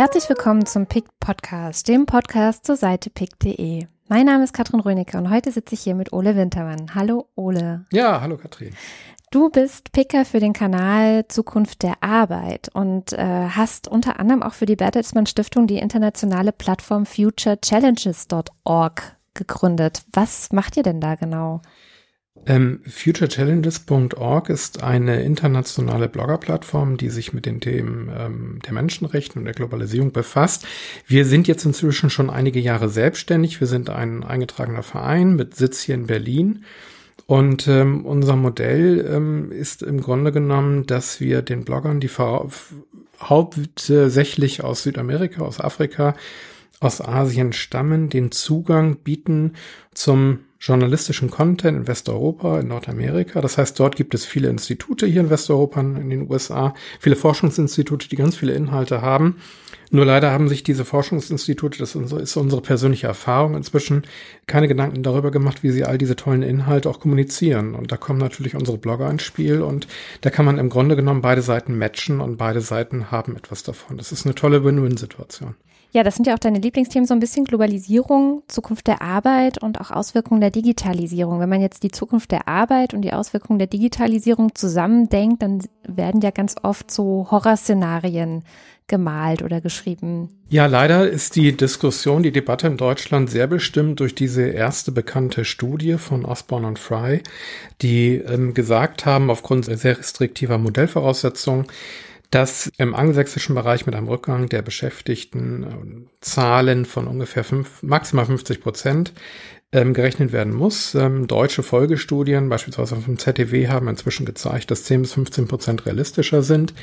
Herzlich willkommen zum PICT-Podcast, dem Podcast zur Seite pict.de. Mein Name ist Katrin Rönecke und heute sitze ich hier mit Ole Wintermann. Hallo Ole. Ja, hallo Katrin. Du bist Picker für den Kanal Zukunft der Arbeit und hast unter anderem auch für die Bertelsmann Stiftung die internationale Plattform futurechallenges.org gegründet. Was macht ihr denn da genau? Futurechallenges.org ist eine internationale Bloggerplattform, die sich mit den Themen der Menschenrechte und der Globalisierung befasst. Wir sind jetzt inzwischen schon einige Jahre selbstständig. Wir sind ein eingetragener Verein mit Sitz hier in Berlin. Und unser Modell ist im Grunde genommen, dass wir den Bloggern, die hauptsächlich aus Südamerika, aus Afrika, aus Asien stammen, den Zugang bieten zum journalistischen Content in Westeuropa, in Nordamerika. Das heißt, dort gibt es viele Institute hier in Westeuropa, in den USA, viele Forschungsinstitute, die ganz viele Inhalte haben. Nur leider haben sich diese Forschungsinstitute, das ist unsere persönliche Erfahrung inzwischen, keine Gedanken darüber gemacht, wie sie all diese tollen Inhalte auch kommunizieren. Und da kommen natürlich unsere Blogger ins Spiel und da kann man im Grunde genommen beide Seiten matchen und beide Seiten haben etwas davon. Das ist eine tolle Win-Win-Situation. Ja, das sind ja auch deine Lieblingsthemen, so ein bisschen Globalisierung, Zukunft der Arbeit und auch Auswirkungen der Digitalisierung. Wenn man jetzt die Zukunft der Arbeit und die Auswirkungen der Digitalisierung zusammendenkt, dann werden ja ganz oft so Horrorszenarien gemalt oder geschrieben. Ja, leider ist die Diskussion, die Debatte in Deutschland sehr bestimmt durch diese erste bekannte Studie von Osborne und Fry, die gesagt haben, aufgrund sehr restriktiver Modellvoraussetzungen, dass im angelsächsischen Bereich mit einem Rückgang der Beschäftigten Zahlen von ungefähr maximal 50% gerechnet werden muss. Deutsche Folgestudien, beispielsweise vom ZDW, haben inzwischen gezeigt, dass 10-15% realistischer sind.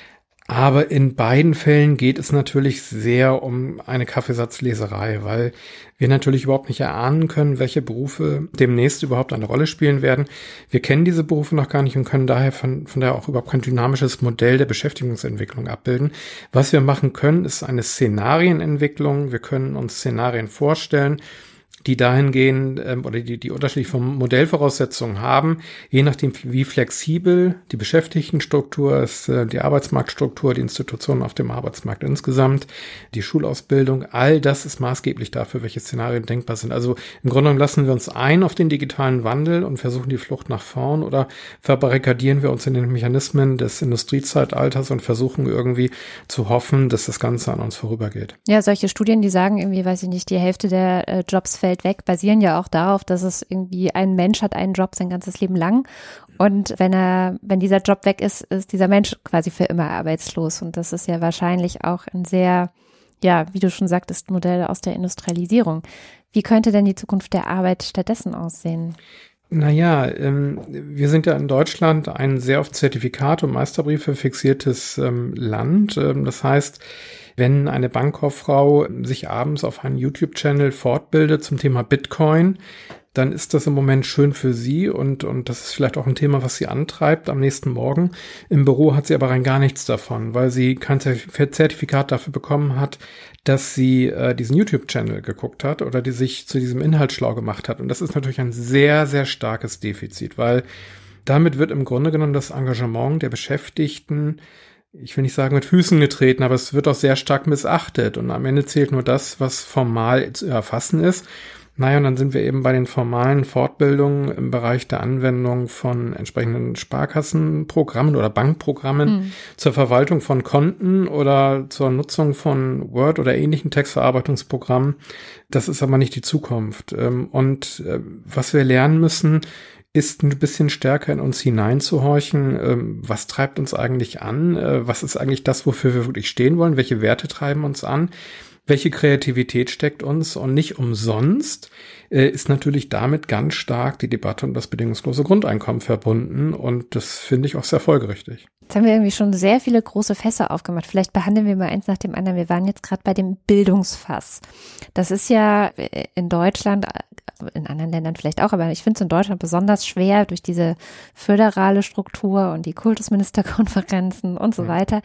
Aber in beiden Fällen geht es natürlich sehr um eine Kaffeesatzleserei, weil wir natürlich überhaupt nicht erahnen können, welche Berufe demnächst überhaupt eine Rolle spielen werden. Wir kennen diese Berufe noch gar nicht und können daher von daher auch überhaupt kein dynamisches Modell der Beschäftigungsentwicklung abbilden. Was wir machen können, ist eine Szenarienentwicklung. Wir können uns Szenarien vorstellen, die dahingehend oder die unterschiedliche Modellvoraussetzungen haben, je nachdem wie flexibel die Beschäftigtenstruktur ist, die Arbeitsmarktstruktur, die Institutionen auf dem Arbeitsmarkt insgesamt, die Schulausbildung, all das ist maßgeblich dafür, welche Szenarien denkbar sind. Also im Grunde genommen lassen wir uns ein auf den digitalen Wandel und versuchen die Flucht nach vorn oder verbarrikadieren wir uns in den Mechanismen des Industriezeitalters und versuchen irgendwie zu hoffen, dass das Ganze an uns vorübergeht. Ja, solche Studien, die sagen irgendwie, weiß ich nicht, die Hälfte der Jobs fällt weg, basieren ja auch darauf, dass es irgendwie ein Mensch hat einen Job sein ganzes Leben lang und wenn dieser Job weg ist, ist dieser Mensch quasi für immer arbeitslos und das ist ja wahrscheinlich auch ein sehr, ja, wie du schon sagtest, Modell aus der Industrialisierung. Wie könnte denn die Zukunft der Arbeit stattdessen aussehen? Naja, wir sind ja in Deutschland ein sehr auf Zertifikate und Meisterbriefe fixiertes Land. Das heißt, wenn eine Bankkauffrau sich abends auf einen YouTube-Channel fortbildet zum Thema Bitcoin, dann ist das im Moment schön für sie und das ist vielleicht auch ein Thema, was sie antreibt am nächsten Morgen. Im Büro hat sie aber rein gar nichts davon, weil sie kein Zertifikat dafür bekommen hat, dass sie diesen YouTube-Channel geguckt hat oder die sich zu diesem Inhalt schlau gemacht hat. Und das ist natürlich ein sehr, sehr starkes Defizit, weil damit wird im Grunde genommen das Engagement der Beschäftigten, ich will nicht sagen mit Füßen getreten, aber es wird auch sehr stark missachtet und am Ende zählt nur das, was formal zu erfassen ist. Naja, und dann sind wir eben bei den formalen Fortbildungen im Bereich der Anwendung von entsprechenden Sparkassenprogrammen oder Bankprogrammen zur Verwaltung von Konten oder zur Nutzung von Word oder ähnlichen Textverarbeitungsprogrammen. Das ist aber nicht die Zukunft. Und was wir lernen müssen, ist ein bisschen stärker in uns hineinzuhorchen. Was treibt uns eigentlich an? Was ist eigentlich das, wofür wir wirklich stehen wollen? Welche Werte treiben uns an? Welche Kreativität steckt uns? Und nicht umsonst ist natürlich damit ganz stark die Debatte um das bedingungslose Grundeinkommen verbunden. Und das finde ich auch sehr folgerichtig. Jetzt haben wir irgendwie schon sehr viele große Fässer aufgemacht. Vielleicht behandeln wir mal eins nach dem anderen. Wir waren jetzt gerade bei dem Bildungsfass. Das ist ja in Deutschland, in anderen Ländern vielleicht auch, aber ich finde es in Deutschland besonders schwer durch diese föderale Struktur und die Kultusministerkonferenzen und so weiter.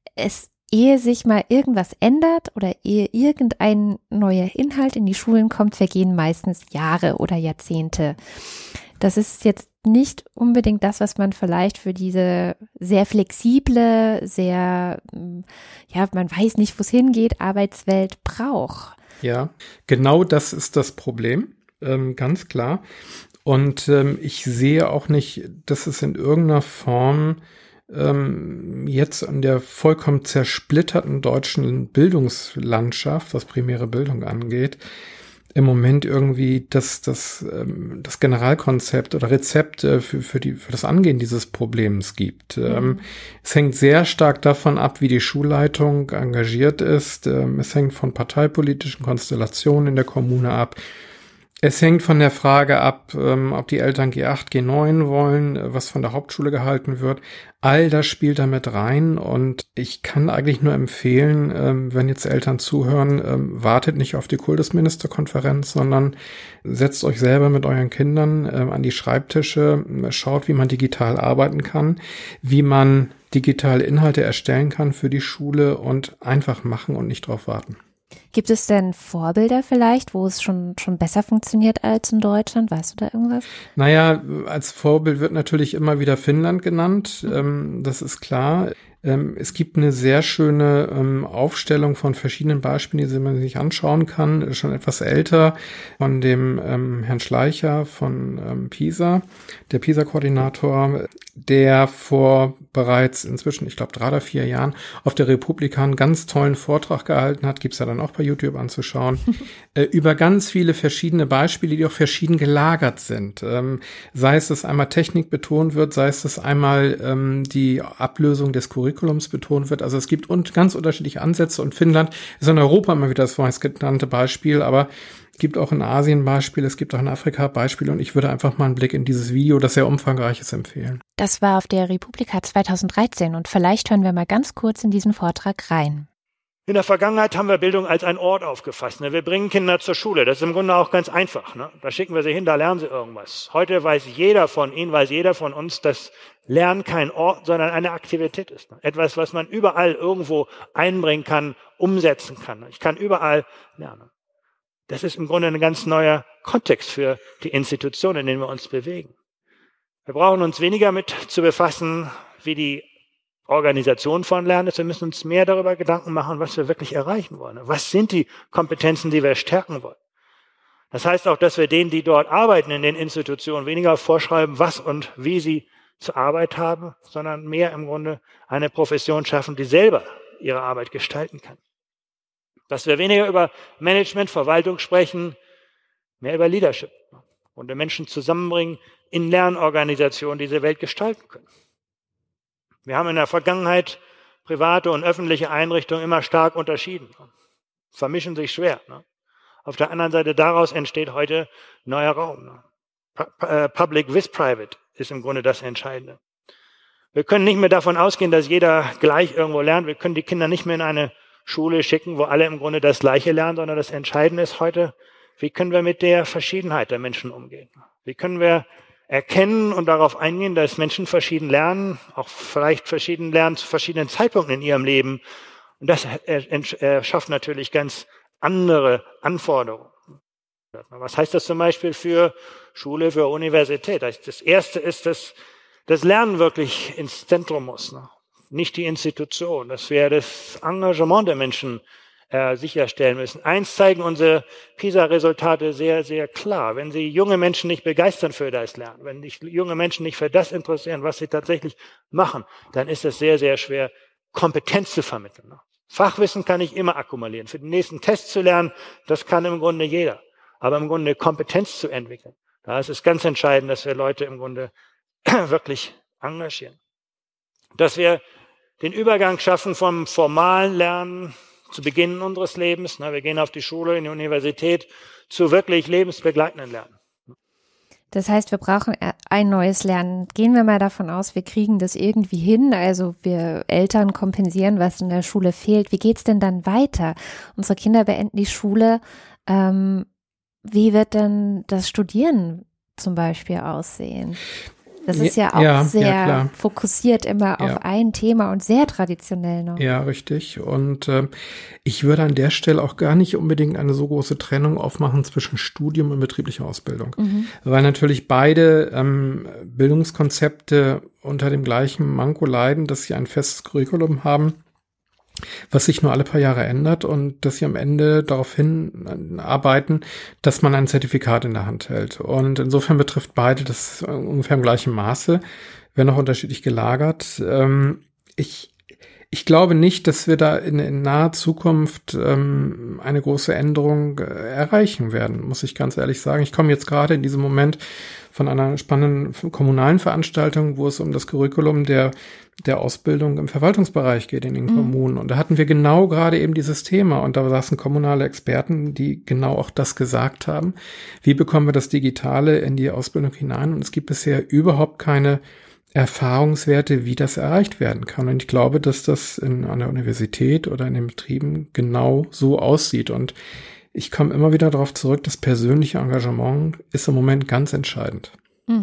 Ehe sich mal irgendwas ändert oder ehe irgendein neuer Inhalt in die Schulen kommt, vergehen meistens Jahre oder Jahrzehnte. Das ist jetzt nicht unbedingt das, was man vielleicht für diese sehr flexible, sehr, ja, man weiß nicht, wo es hingeht, Arbeitswelt braucht. Ja, genau das ist das Problem, ganz klar. Und ich sehe auch nicht, dass es in irgendeiner Form jetzt an der vollkommen zersplitterten deutschen Bildungslandschaft, was primäre Bildung angeht, im Moment irgendwie das Generalkonzept oder Rezept für das Angehen dieses Problems gibt. Es hängt sehr stark davon ab, wie die Schulleitung engagiert ist. Es hängt von parteipolitischen Konstellationen in der Kommune ab. Es hängt von der Frage ab, ob die Eltern G8, G9 wollen, was von der Hauptschule gehalten wird. All das spielt damit rein und ich kann eigentlich nur empfehlen, wenn jetzt Eltern zuhören, wartet nicht auf die Kultusministerkonferenz, sondern setzt euch selber mit euren Kindern an die Schreibtische, schaut, wie man digital arbeiten kann, wie man digitale Inhalte erstellen kann für die Schule und einfach machen und nicht drauf warten. Gibt es denn Vorbilder vielleicht, wo es schon besser funktioniert als in Deutschland? Weißt du da irgendwas? Naja, als Vorbild wird natürlich immer wieder Finnland genannt. Das ist klar. Es gibt eine sehr schöne Aufstellung von verschiedenen Beispielen, die man sich anschauen kann. Ist schon etwas älter, von dem Herrn Schleicher von PISA, der PISA-Koordinator, der vor bereits inzwischen, ich glaube 3 oder 4 Jahren, auf der Republika einen ganz tollen Vortrag gehalten hat, gibt's ja dann auch bei YouTube anzuschauen, über ganz viele verschiedene Beispiele, die auch verschieden gelagert sind. Sei es, dass einmal Technik betont wird, sei es, dass einmal die Ablösung des Curriculums betont wird. Also es gibt ganz unterschiedliche Ansätze und Finnland ist in Europa immer wieder das vorhin genannte Beispiel, aber es gibt auch in Asien Beispiele, es gibt auch in Afrika Beispiele und ich würde einfach mal einen Blick in dieses Video, das sehr umfangreich ist, empfehlen. Das war auf der Republika 2013 und vielleicht hören wir mal ganz kurz in diesen Vortrag rein. In der Vergangenheit haben wir Bildung als einen Ort aufgefasst. Wir bringen Kinder zur Schule. Das ist im Grunde auch ganz einfach. Da schicken wir sie hin, da lernen sie irgendwas. Heute weiß jeder von Ihnen, weiß jeder von uns, dass Lernen kein Ort, sondern eine Aktivität ist. Etwas, was man überall irgendwo einbringen kann, umsetzen kann. Ich kann überall lernen. Das ist im Grunde ein ganz neuer Kontext für die Institution, in denen wir uns bewegen. Wir brauchen uns weniger mit zu befassen, wie die Organisation von Lernen ist. Wir müssen uns mehr darüber Gedanken machen, was wir wirklich erreichen wollen. Was sind die Kompetenzen, die wir stärken wollen? Das heißt auch, dass wir denen, die dort arbeiten in den Institutionen, weniger vorschreiben, was und wie sie zur Arbeit haben, sondern mehr im Grunde eine Profession schaffen, die selber ihre Arbeit gestalten kann. Dass wir weniger über Management, Verwaltung sprechen, mehr über Leadership und die Menschen zusammenbringen in Lernorganisationen, die diese Welt gestalten können. Wir haben in der Vergangenheit private und öffentliche Einrichtungen immer stark unterschieden, vermischen sich schwer. Auf der anderen Seite daraus entsteht heute neuer Raum. Public with Private ist im Grunde das Entscheidende. Wir können nicht mehr davon ausgehen, dass jeder gleich irgendwo lernt. Wir können die Kinder nicht mehr in eine Schule schicken, wo alle im Grunde das Gleiche lernen, sondern das Entscheidende ist heute, wie können wir mit der Verschiedenheit der Menschen umgehen? Wie können wir erkennen und darauf eingehen, dass Menschen verschieden lernen, auch vielleicht verschieden lernen zu verschiedenen Zeitpunkten in ihrem Leben. Und das schafft natürlich ganz andere Anforderungen. Was heißt das zum Beispiel für Schule, für Universität? Das Erste ist, dass das Lernen wirklich ins Zentrum muss, nicht die Institution, dass wir das Engagement der Menschen sicherstellen müssen. Eins zeigen unsere PISA-Resultate sehr, sehr klar. Wenn Sie junge Menschen nicht begeistern für das Lernen, wenn sich junge Menschen nicht für das interessieren, was sie tatsächlich machen, dann ist es sehr, sehr schwer, Kompetenz zu vermitteln. Fachwissen kann ich immer akkumulieren. Für den nächsten Test zu lernen, das kann im Grunde jeder. Aber im Grunde Kompetenz zu entwickeln, da ist es ganz entscheidend, dass wir Leute im Grunde wirklich engagieren. Dass wir den Übergang schaffen vom formalen Lernen zu Beginn unseres Lebens, wir gehen auf die Schule, in die Universität, zu wirklich lebensbegleitenden Lernen. Das heißt, wir brauchen ein neues Lernen. Gehen wir mal davon aus, wir kriegen das irgendwie hin, also wir Eltern kompensieren, was in der Schule fehlt. Wie geht's denn dann weiter? Unsere Kinder beenden die Schule. Wie wird denn das Studieren zum Beispiel aussehen? Das ist ja auch sehr fokussiert immer auf ein Thema und sehr traditionell noch. Ja, richtig. Und ich würde an der Stelle auch gar nicht unbedingt eine so große Trennung aufmachen zwischen Studium und betrieblicher Ausbildung. Weil natürlich beide Bildungskonzepte unter dem gleichen Manko leiden, dass sie ein festes Curriculum haben, was sich nur alle paar Jahre ändert und dass sie am Ende darauf hinarbeiten, dass man ein Zertifikat in der Hand hält. Und insofern betrifft beide das ungefähr im gleichen Maße, wenn auch unterschiedlich gelagert. Ich glaube nicht, dass wir da in naher Zukunft eine große Änderung erreichen werden, muss ich ganz ehrlich sagen. Ich komme jetzt gerade in diesem Moment von einer spannenden kommunalen Veranstaltung, wo es um das Curriculum der Ausbildung im Verwaltungsbereich geht in den Kommunen. Und da hatten wir genau gerade eben dieses Thema. Und da saßen kommunale Experten, die genau auch das gesagt haben. Wie bekommen wir das Digitale in die Ausbildung hinein? Und es gibt bisher überhaupt keine Erfahrungswerte, wie das erreicht werden kann. Und ich glaube, dass das an der Universität oder in den Betrieben genau so aussieht. Und ich komme immer wieder darauf zurück, das persönliche Engagement ist im Moment ganz entscheidend.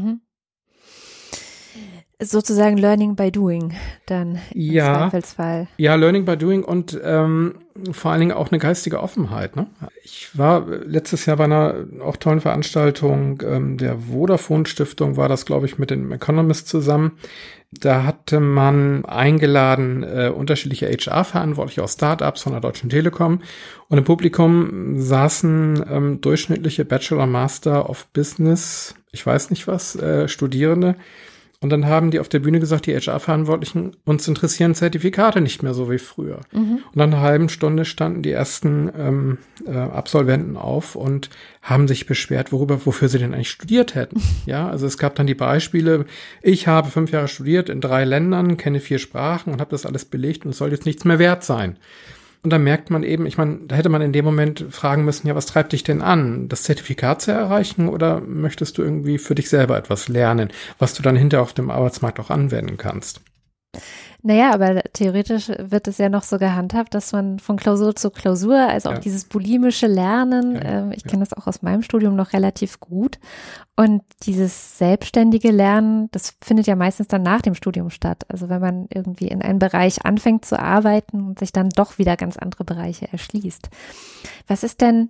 Sozusagen Learning by Doing dann im Zweifelsfall. Ja, Learning by Doing und vor allen Dingen auch eine geistige Offenheit. Ne? Ich war letztes Jahr bei einer auch tollen Veranstaltung der Vodafone Stiftung, war das, glaube ich, mit dem Economist zusammen. Da hatte man eingeladen unterschiedliche HR-Verantwortliche aus Startups von der Deutschen Telekom und im Publikum saßen durchschnittliche Bachelor, Master of Business, ich weiß nicht was, Studierende. Und dann haben die auf der Bühne gesagt, die HR-Verantwortlichen, uns interessieren Zertifikate nicht mehr so wie früher. Und nach einer halben Stunde standen die ersten Absolventen auf und haben sich beschwert, wofür sie denn eigentlich studiert hätten. Ja, also es gab dann die Beispiele, ich habe 5 Jahre studiert in 3 Ländern, kenne 4 Sprachen und habe das alles belegt und es soll jetzt nichts mehr wert sein. Und da merkt man eben, ich meine, da hätte man in dem Moment fragen müssen, ja, was treibt dich denn an, das Zertifikat zu erreichen oder möchtest du irgendwie für dich selber etwas lernen, was du dann hinterher auf dem Arbeitsmarkt auch anwenden kannst? Naja, aber theoretisch wird es ja noch so gehandhabt, dass man von Klausur zu Klausur, also auch dieses bulimische Lernen, ich kenne das auch aus meinem Studium noch relativ gut. Und dieses selbstständige Lernen, das findet ja meistens dann nach dem Studium statt. Also wenn man irgendwie in einem Bereich anfängt zu arbeiten und sich dann doch wieder ganz andere Bereiche erschließt. Was ist denn,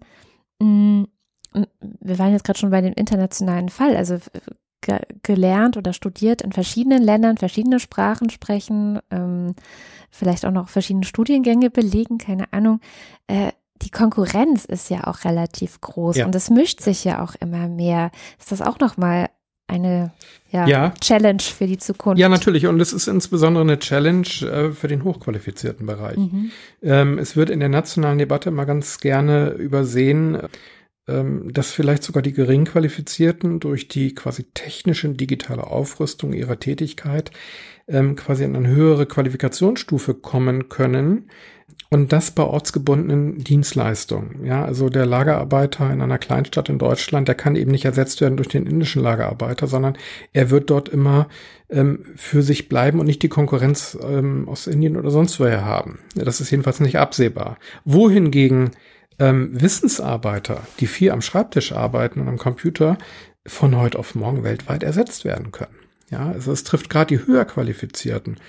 wir waren jetzt gerade schon bei dem internationalen Fall, also gelernt oder studiert in verschiedenen Ländern, verschiedene Sprachen sprechen, vielleicht auch noch verschiedene Studiengänge belegen, keine Ahnung. Die Konkurrenz ist ja auch relativ groß und es mischt sich ja auch immer mehr. Ist das auch nochmal eine Challenge für die Zukunft? Ja, natürlich. Und es ist insbesondere eine Challenge für den hochqualifizierten Bereich. Es wird in der nationalen Debatte immer ganz gerne übersehen, dass vielleicht sogar die Geringqualifizierten durch die quasi technische digitale Aufrüstung ihrer Tätigkeit quasi in eine höhere Qualifikationsstufe kommen können und das bei ortsgebundenen Dienstleistungen. Ja, also der Lagerarbeiter in einer Kleinstadt in Deutschland, der kann eben nicht ersetzt werden durch den indischen Lagerarbeiter, sondern er wird dort immer für sich bleiben und nicht die Konkurrenz aus Indien oder sonst woher haben. Das ist jedenfalls nicht absehbar. Wohingegen Wissensarbeiter, die viel am Schreibtisch arbeiten und am Computer, von heute auf morgen weltweit ersetzt werden können. Ja, also es trifft gerade die höher Qualifizierten.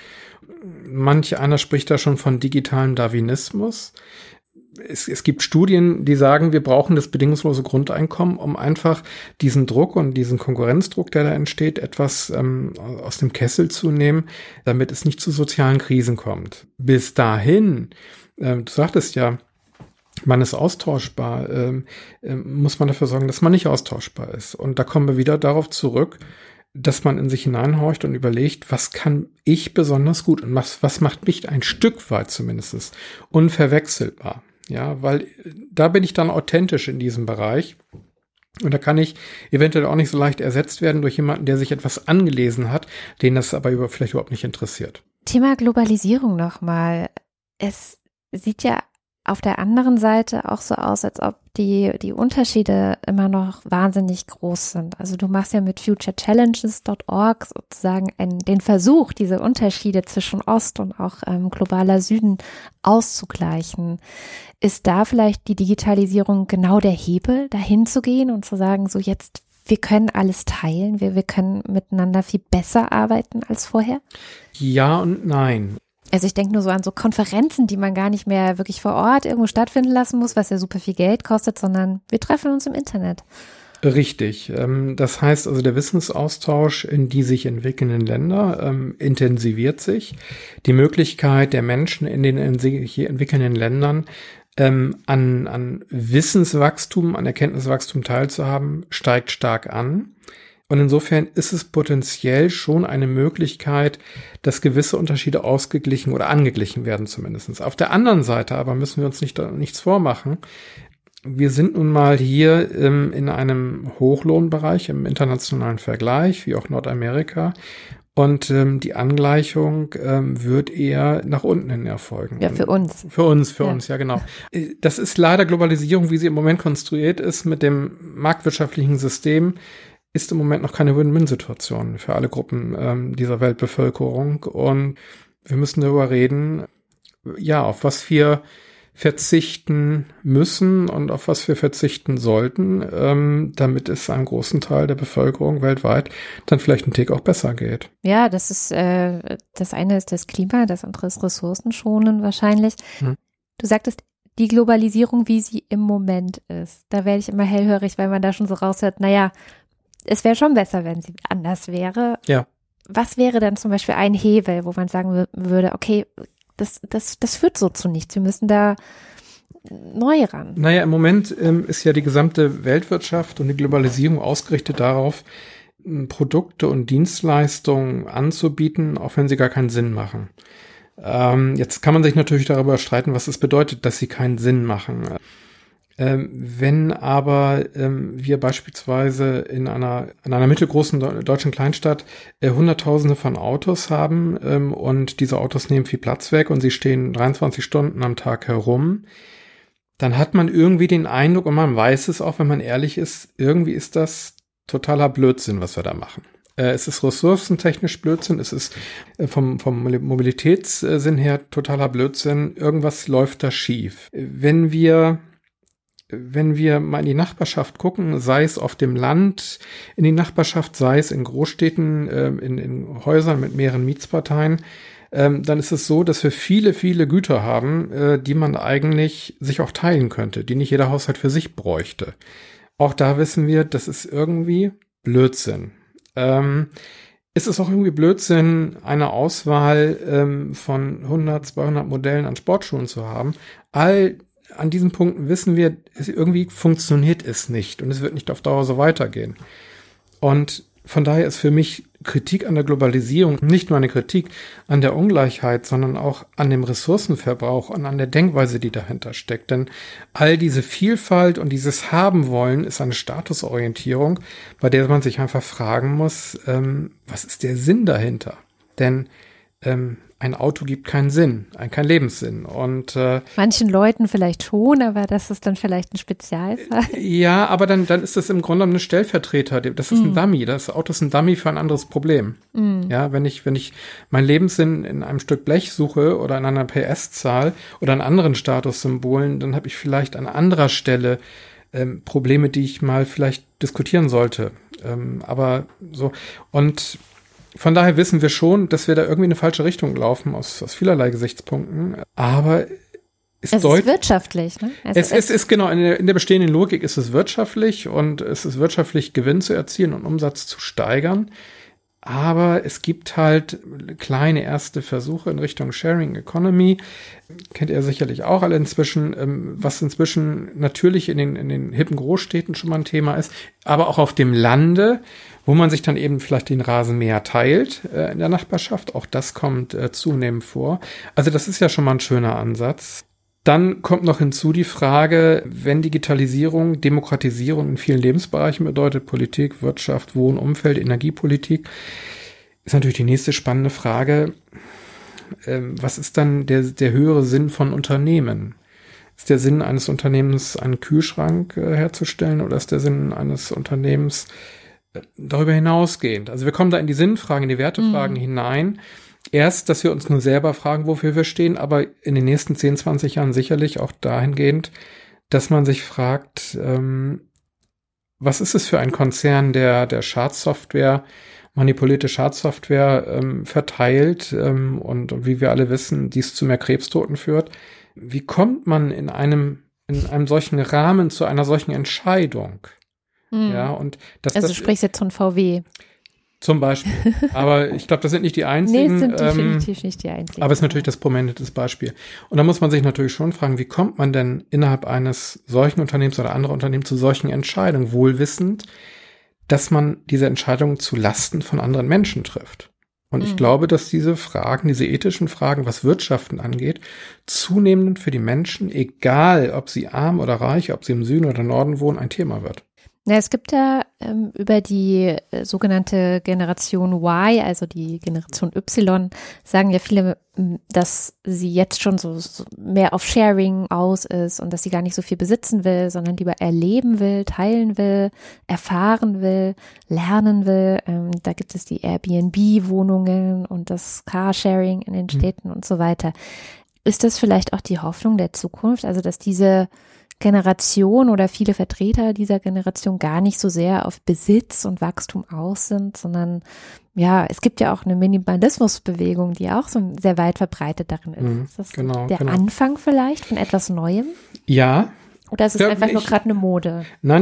Manch einer spricht da schon von digitalem Darwinismus. Es gibt Studien, die sagen, wir brauchen das bedingungslose Grundeinkommen, um einfach diesen Druck und diesen Konkurrenzdruck, der da entsteht, etwas aus dem Kessel zu nehmen, damit es nicht zu sozialen Krisen kommt. Bis dahin, du sagtest ja, man ist austauschbar, muss man dafür sorgen, dass man nicht austauschbar ist. Und da kommen wir wieder darauf zurück, dass man in sich hineinhorcht und überlegt, was kann ich besonders gut und was macht mich ein Stück weit zumindest unverwechselbar. Ja, weil da bin ich dann authentisch in diesem Bereich. Und da kann ich eventuell auch nicht so leicht ersetzt werden durch jemanden, der sich etwas angelesen hat, den das aber vielleicht überhaupt nicht interessiert. Thema Globalisierung nochmal. Es sieht ja auf der anderen Seite auch so aus, als ob die Unterschiede immer noch wahnsinnig groß sind. Also du machst ja mit futurechallenges.org sozusagen den Versuch, diese Unterschiede zwischen Ost und auch globaler Süden auszugleichen. Ist da vielleicht die Digitalisierung genau der Hebel, dahin zu gehen und zu sagen, so jetzt wir können alles teilen, wir können miteinander viel besser arbeiten als vorher? Ja und nein. Also ich denke nur so an so Konferenzen, die man gar nicht mehr wirklich vor Ort irgendwo stattfinden lassen muss, was ja super viel Geld kostet, sondern wir treffen uns im Internet. Richtig. Das heißt also, der Wissensaustausch in die sich entwickelnden Länder intensiviert sich. Die Möglichkeit der Menschen in den sich entwickelnden Ländern an Wissenswachstum, an Erkenntniswachstum teilzuhaben, steigt stark an. Und insofern ist es potenziell schon eine Möglichkeit, dass gewisse Unterschiede ausgeglichen oder angeglichen werden zumindest. Auf der anderen Seite aber müssen wir uns nichts vormachen. Wir sind nun mal hier in einem Hochlohnbereich im internationalen Vergleich, wie auch Nordamerika. Und die Angleichung wird eher nach unten hin erfolgen. Ja, für uns. Für uns, ja genau. Das ist leider Globalisierung, wie sie im Moment konstruiert ist, mit dem marktwirtschaftlichen System, ist im Moment noch keine Win-Win-Situation für alle Gruppen dieser Weltbevölkerung. Und wir müssen darüber reden, ja, auf was wir verzichten müssen und auf was wir verzichten sollten, damit es einem großen Teil der Bevölkerung weltweit dann vielleicht einen Tick auch besser geht. Ja, das ist das eine ist das Klima, das andere ist Ressourcenschonen wahrscheinlich. Du sagtest, die Globalisierung, wie sie im Moment ist, da werde ich immer hellhörig, weil man da schon so raushört, naja, es wäre schon besser, wenn sie anders wäre. Ja. Was wäre dann zum Beispiel ein Hebel, wo man sagen würde, okay, das führt so zu nichts. Wir müssen da neu ran. Naja, im Moment ist ja die gesamte Weltwirtschaft und die Globalisierung ausgerichtet darauf, Produkte und Dienstleistungen anzubieten, auch wenn sie gar keinen Sinn machen. Jetzt kann man sich natürlich darüber streiten, was es bedeutet, dass sie keinen Sinn machen. Wenn aber wir beispielsweise in einer mittelgroßen deutschen Kleinstadt Hunderttausende von Autos haben und diese Autos nehmen viel Platz weg und sie stehen 23 Stunden am Tag herum, dann hat man irgendwie den Eindruck, und man weiß es auch, wenn man ehrlich ist, irgendwie ist das totaler Blödsinn, was wir da machen. Es ist ressourcentechnisch Blödsinn, es ist vom Mobilitätssinn her totaler Blödsinn, irgendwas läuft da schief. Wenn wir mal in die Nachbarschaft gucken, sei es auf dem Land, in die Nachbarschaft, sei es in Großstädten, in Häusern mit mehreren Mietsparteien, dann ist es so, dass wir viele, viele Güter haben, die man eigentlich sich auch teilen könnte, die nicht jeder Haushalt für sich bräuchte. Auch da wissen wir, das ist irgendwie Blödsinn. Es ist auch irgendwie Blödsinn, eine Auswahl von 100, 200 Modellen an Sportschuhen zu haben. An diesen Punkten wissen wir, irgendwie funktioniert es nicht und es wird nicht auf Dauer so weitergehen. Und von daher ist für mich Kritik an der Globalisierung nicht nur eine Kritik an der Ungleichheit, sondern auch an dem Ressourcenverbrauch und an der Denkweise, die dahinter steckt. Denn all diese Vielfalt und dieses Haben wollen ist eine Statusorientierung, bei der man sich einfach fragen muss, was ist der Sinn dahinter? Denn ein Auto gibt keinen Sinn, keinen Lebenssinn. Und manchen Leuten vielleicht schon, aber das ist dann vielleicht ein Spezialfall. Ja, aber dann ist das im Grunde ein Stellvertreter. Das ist ein Dummy. Das Auto ist ein Dummy für ein anderes Problem. Ja, wenn ich meinen Lebenssinn in einem Stück Blech suche oder in einer PS-Zahl oder in anderen Statussymbolen, dann habe ich vielleicht an anderer Stelle Probleme, die ich mal vielleicht diskutieren sollte. Aber so und von daher wissen wir schon, dass wir da irgendwie in eine falsche Richtung laufen, aus vielerlei Gesichtspunkten. Aber es ist wirtschaftlich, ne? Es ist genau, in der bestehenden Logik ist es wirtschaftlich und es ist wirtschaftlich, Gewinn zu erzielen und Umsatz zu steigern. Aber es gibt halt kleine erste Versuche in Richtung Sharing Economy. Kennt ihr sicherlich auch alle inzwischen, was inzwischen natürlich in den hippen Großstädten schon mal ein Thema ist, aber auch auf dem Lande, wo man sich dann eben vielleicht den Rasenmäher teilt in der Nachbarschaft. Auch das kommt zunehmend vor. Also das ist ja schon mal ein schöner Ansatz. Dann kommt noch hinzu die Frage, wenn Digitalisierung, Demokratisierung in vielen Lebensbereichen bedeutet, Politik, Wirtschaft, Wohn, Umfeld, Energiepolitik, ist natürlich die nächste spannende Frage, was ist dann der höhere Sinn von Unternehmen? Ist der Sinn eines Unternehmens, einen Kühlschrank herzustellen oder ist der Sinn eines Unternehmens darüber hinausgehend? Also wir kommen da in die Sinnfragen, in die Wertefragen hinein. Erst, dass wir uns nur selber fragen, wofür wir stehen, aber in den nächsten 10, 20 Jahren sicherlich auch dahingehend, dass man sich fragt, was ist es für ein Konzern, der Schadsoftware, manipulierte Schadsoftware verteilt und wie wir alle wissen, dies zu mehr Krebstoten führt? Wie kommt man in einem solchen Rahmen zu einer solchen Entscheidung? Ja, und du sprichst jetzt von VW. Zum Beispiel. Aber ich glaube, das sind nicht die einzigen. Nee, sind definitiv nicht die einzigen. Aber es ist natürlich das prominente Beispiel. Und da muss man sich natürlich schon fragen, wie kommt man denn innerhalb eines solchen Unternehmens oder anderer Unternehmen zu solchen Entscheidungen, wohlwissend, dass man diese Entscheidungen zu Lasten von anderen Menschen trifft. Und ich glaube, dass diese Fragen, diese ethischen Fragen, was Wirtschaften angeht, zunehmend für die Menschen, egal ob sie arm oder reich, ob sie im Süden oder Norden wohnen, ein Thema wird. Ja, es gibt ja über die sogenannte Generation Y, also die Generation Y, sagen ja viele, dass sie jetzt schon so mehr auf Sharing aus ist und dass sie gar nicht so viel besitzen will, sondern lieber erleben will, teilen will, erfahren will, lernen will. Da gibt es die Airbnb-Wohnungen und das Carsharing in den Städten und so weiter. Ist das vielleicht auch die Hoffnung der Zukunft, also dass diese Generation oder viele Vertreter dieser Generation gar nicht so sehr auf Besitz und Wachstum aus sind, sondern ja, es gibt ja auch eine Minimalismusbewegung, die auch so sehr weit verbreitet darin ist. Ist das der Anfang vielleicht von etwas Neuem? Ja. Oder ist es einfach nur gerade eine Mode? Nein,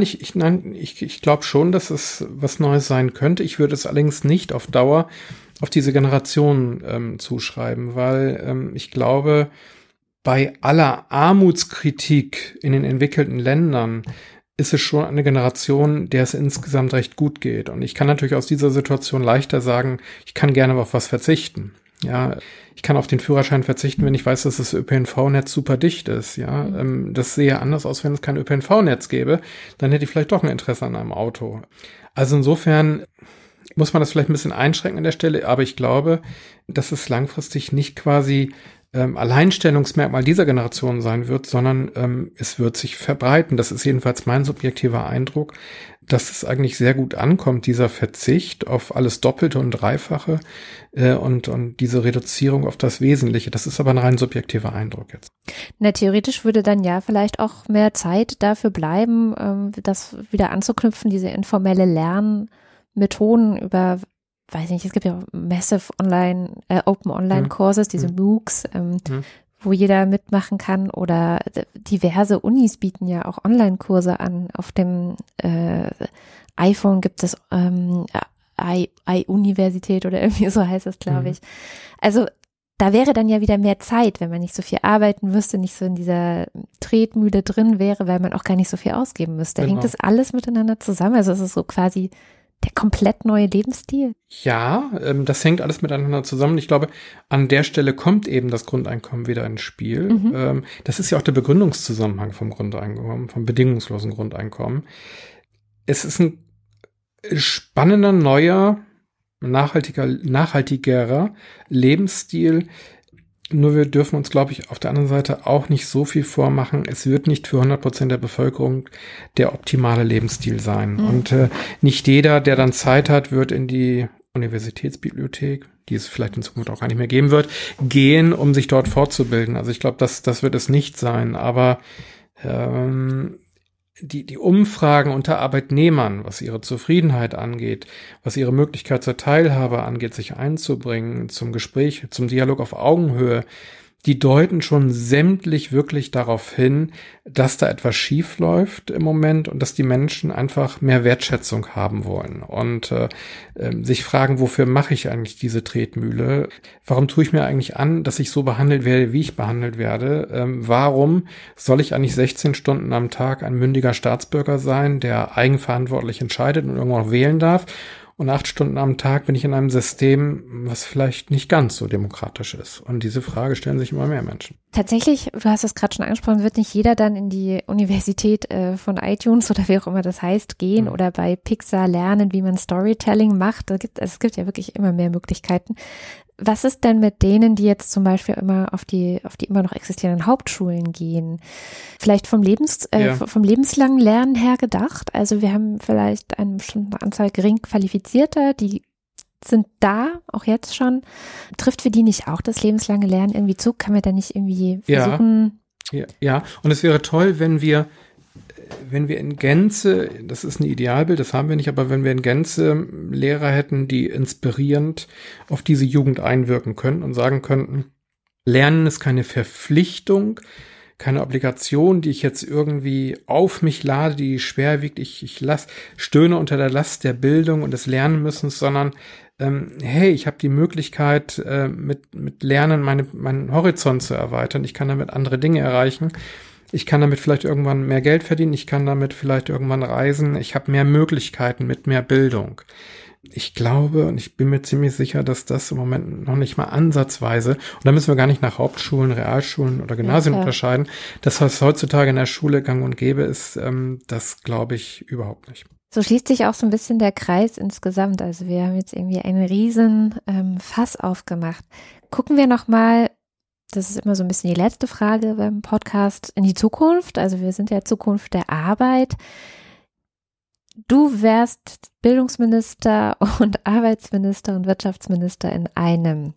ich glaube schon, dass es was Neues sein könnte. Ich würde es allerdings nicht auf Dauer auf diese Generation zuschreiben, weil ich glaube, bei aller Armutskritik in den entwickelten Ländern ist es schon eine Generation, der es insgesamt recht gut geht. Und ich kann natürlich aus dieser Situation leichter sagen, ich kann gerne auf was verzichten. Ja, ich kann auf den Führerschein verzichten, wenn ich weiß, dass das ÖPNV-Netz super dicht ist. Ja, das sehe anders aus, wenn es kein ÖPNV-Netz gäbe. Dann hätte ich vielleicht doch ein Interesse an einem Auto. Also insofern muss man das vielleicht ein bisschen einschränken an der Stelle. Aber ich glaube, dass es langfristig nicht quasi Alleinstellungsmerkmal dieser Generation sein wird, sondern es wird sich verbreiten. Das ist jedenfalls mein subjektiver Eindruck, dass es eigentlich sehr gut ankommt, dieser Verzicht auf alles Doppelte und Dreifache und diese Reduzierung auf das Wesentliche. Das ist aber ein rein subjektiver Eindruck jetzt. Na, theoretisch würde dann ja vielleicht auch mehr Zeit dafür bleiben, das wieder anzuknüpfen, diese informelle Lernmethoden über, weiß nicht, es gibt ja Massive Open Online Courses, diese MOOCs, wo jeder mitmachen kann, oder diverse Unis bieten ja auch Online-Kurse an. Auf dem iPhone gibt es iUniversität oder irgendwie so heißt das, glaube ich. Also da wäre dann ja wieder mehr Zeit, wenn man nicht so viel arbeiten müsste, nicht so in dieser Tretmühle drin wäre, weil man auch gar nicht so viel ausgeben müsste. Hängt das alles miteinander zusammen? Also es ist so quasi der komplett neue Lebensstil? Ja, das hängt alles miteinander zusammen. Ich glaube, an der Stelle kommt eben das Grundeinkommen wieder ins Spiel. Das ist ja auch der Begründungszusammenhang vom Grundeinkommen, vom bedingungslosen Grundeinkommen. Es ist ein spannender, neuer, nachhaltigerer Lebensstil. Nur wir dürfen uns, glaube ich, auf der anderen Seite auch nicht so viel vormachen. Es wird nicht für 100% der Bevölkerung der optimale Lebensstil sein. Und nicht jeder, der dann Zeit hat, wird in die Universitätsbibliothek, die es vielleicht in Zukunft auch gar nicht mehr geben wird, gehen, um sich dort fortzubilden. Also ich glaube, das wird es nicht sein. Aber die Umfragen unter Arbeitnehmern, was ihre Zufriedenheit angeht, was ihre Möglichkeit zur Teilhabe angeht, sich einzubringen, zum Gespräch, zum Dialog auf Augenhöhe, die deuten schon sämtlich wirklich darauf hin, dass da etwas schief läuft im Moment und dass die Menschen einfach mehr Wertschätzung haben wollen und sich fragen, wofür mache ich eigentlich diese Tretmühle? Warum tue ich mir eigentlich an, dass ich so behandelt werde, wie ich behandelt werde? Warum soll ich eigentlich 16 Stunden am Tag ein mündiger Staatsbürger sein, der eigenverantwortlich entscheidet und irgendwo noch wählen darf? Und 8 Stunden am Tag bin ich in einem System, was vielleicht nicht ganz so demokratisch ist. Und diese Frage stellen sich immer mehr Menschen. Tatsächlich, du hast es gerade schon angesprochen, wird nicht jeder dann in die Universität von iTunes oder wie auch immer das heißt gehen oder bei Pixar lernen, wie man Storytelling macht. Es gibt ja wirklich immer mehr Möglichkeiten. Was ist denn mit denen, die jetzt zum Beispiel immer auf die immer noch existierenden Hauptschulen gehen? Vielleicht vom lebenslangen Lernen her gedacht? Also wir haben vielleicht eine bestimmte Anzahl gering Qualifizierter, die sind da, auch jetzt schon. Trifft für die nicht auch das lebenslange Lernen irgendwie zu? Kann man da nicht irgendwie versuchen? Ja, und es wäre toll, wenn wir wenn wir in Gänze, das ist ein Idealbild, das haben wir nicht, aber wenn wir in Gänze Lehrer hätten, die inspirierend auf diese Jugend einwirken können und sagen könnten, Lernen ist keine Verpflichtung, keine Obligation, die ich jetzt irgendwie auf mich lade, die schwer wiegt. Ich stöhne unter der Last der Bildung und des Lernmüssens, sondern hey, ich habe die Möglichkeit, mit Lernen meinen Horizont zu erweitern. Ich kann damit andere Dinge erreichen. Ich kann damit vielleicht irgendwann mehr Geld verdienen. Ich kann damit vielleicht irgendwann reisen. Ich habe mehr Möglichkeiten mit mehr Bildung. Ich glaube und ich bin mir ziemlich sicher, dass das im Moment noch nicht mal ansatzweise, und da müssen wir gar nicht nach Hauptschulen, Realschulen oder Gymnasien unterscheiden, das heißt heutzutage in der Schule gang und gäbe ist, das glaube ich überhaupt nicht. So schließt sich auch so ein bisschen der Kreis insgesamt. Also wir haben jetzt irgendwie einen riesen Fass aufgemacht. Gucken wir nochmal, das ist immer so ein bisschen die letzte Frage beim Podcast, in die Zukunft. Also wir sind ja Zukunft der Arbeit. Du wärst Bildungsminister und Arbeitsminister und Wirtschaftsminister in einem.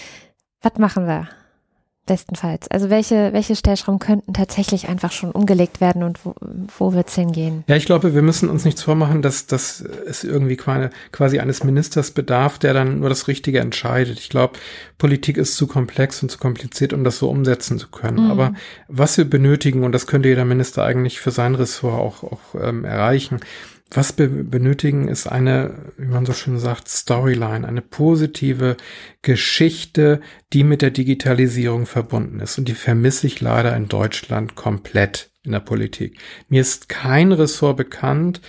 Was machen wir? Bestenfalls. Also welche Stellschrauben könnten tatsächlich einfach schon umgelegt werden und wo wird's hingehen? Ja, ich glaube, wir müssen uns nichts vormachen, dass es irgendwie quasi eines Ministers bedarf, der dann nur das Richtige entscheidet. Ich glaube, Politik ist zu komplex und zu kompliziert, um das so umsetzen zu können. Mhm. Aber was wir benötigen, und das könnte jeder Minister eigentlich für sein Ressort auch erreichen, was wir benötigen, ist eine, wie man so schön sagt, Storyline, eine positive Geschichte, die mit der Digitalisierung verbunden ist. Und die vermisse ich leider in Deutschland komplett in der Politik. Mir ist kein Ressort bekannt,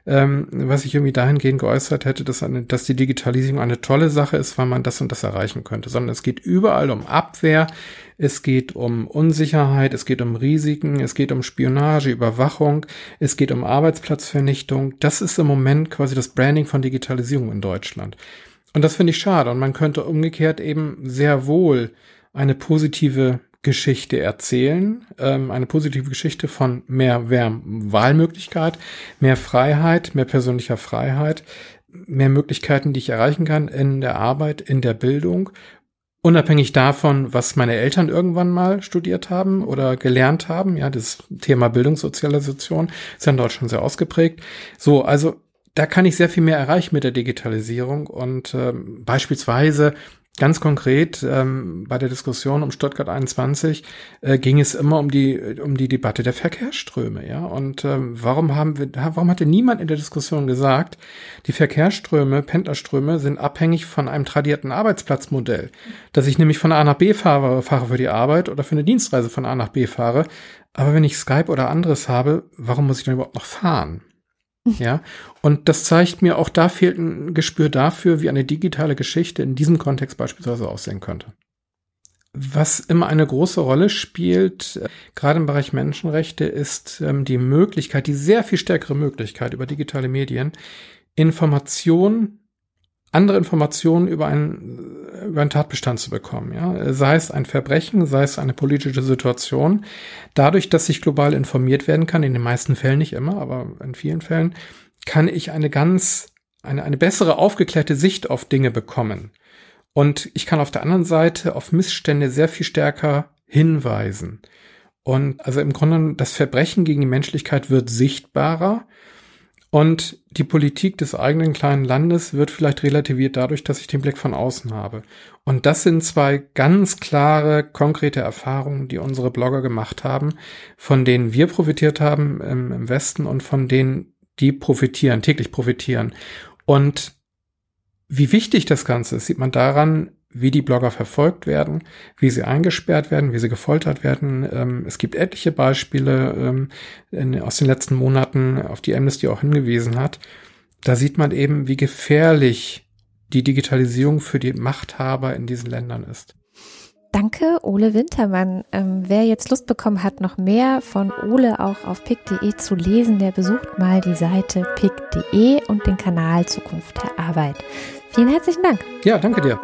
was ich irgendwie dahingehend geäußert hätte, dass die Digitalisierung eine tolle Sache ist, weil man das und das erreichen könnte, sondern es geht überall um Abwehr, es geht um Unsicherheit, es geht um Risiken, es geht um Spionage, Überwachung, es geht um Arbeitsplatzvernichtung. Das ist im Moment quasi das Branding von Digitalisierung in Deutschland. Und das finde ich schade. Und man könnte umgekehrt eben sehr wohl eine positive Geschichte erzählen, eine positive Geschichte von mehr Wahlmöglichkeit, mehr Freiheit, mehr persönlicher Freiheit, mehr Möglichkeiten, die ich erreichen kann in der Arbeit, in der Bildung, unabhängig davon, was meine Eltern irgendwann mal studiert haben oder gelernt haben. Ja, das Thema Bildungssozialisation ist ja in Deutschland sehr ausgeprägt. So, also da kann ich sehr viel mehr erreichen mit der Digitalisierung und beispielsweise ganz konkret bei der Diskussion um Stuttgart 21 ging es immer um die Debatte der Verkehrsströme, ja. Und warum hatte niemand in der Diskussion gesagt, die Verkehrsströme, Pendlerströme sind abhängig von einem tradierten Arbeitsplatzmodell, dass ich nämlich von A nach B fahre für die Arbeit oder für eine Dienstreise von A nach B fahre. Aber wenn ich Skype oder anderes habe, warum muss ich dann überhaupt noch fahren? Ja, und das zeigt mir, auch da fehlt ein Gespür dafür, wie eine digitale Geschichte in diesem Kontext beispielsweise aussehen könnte. Was immer eine große Rolle spielt, gerade im Bereich Menschenrechte, ist die Möglichkeit, die sehr viel stärkere Möglichkeit über digitale Medien, andere Informationen über einen Tatbestand zu bekommen, ja, sei es ein Verbrechen, sei es eine politische Situation, dadurch, dass ich global informiert werden kann, in den meisten Fällen nicht immer, aber in vielen Fällen, kann ich eine bessere aufgeklärte Sicht auf Dinge bekommen. Und ich kann auf der anderen Seite auf Missstände sehr viel stärker hinweisen. Und also im Grunde das Verbrechen gegen die Menschlichkeit wird sichtbarer. Und die Politik des eigenen kleinen Landes wird vielleicht relativiert dadurch, dass ich den Blick von außen habe. Und das sind zwei ganz klare, konkrete Erfahrungen, die unsere Blogger gemacht haben, von denen wir profitiert haben im Westen und von denen die täglich profitieren. Und wie wichtig das Ganze ist, sieht man daran, wie die Blogger verfolgt werden, wie sie eingesperrt werden, wie sie gefoltert werden. Es gibt etliche Beispiele aus den letzten Monaten, auf die Amnesty auch hingewiesen hat. Da sieht man eben, wie gefährlich die Digitalisierung für die Machthaber in diesen Ländern ist. Danke, Ole Wintermann. Wer jetzt Lust bekommen hat, noch mehr von Ole auch auf pick.de zu lesen, der besucht mal die Seite pick.de und den Kanal Zukunft der Arbeit. Vielen herzlichen Dank. Ja, danke dir.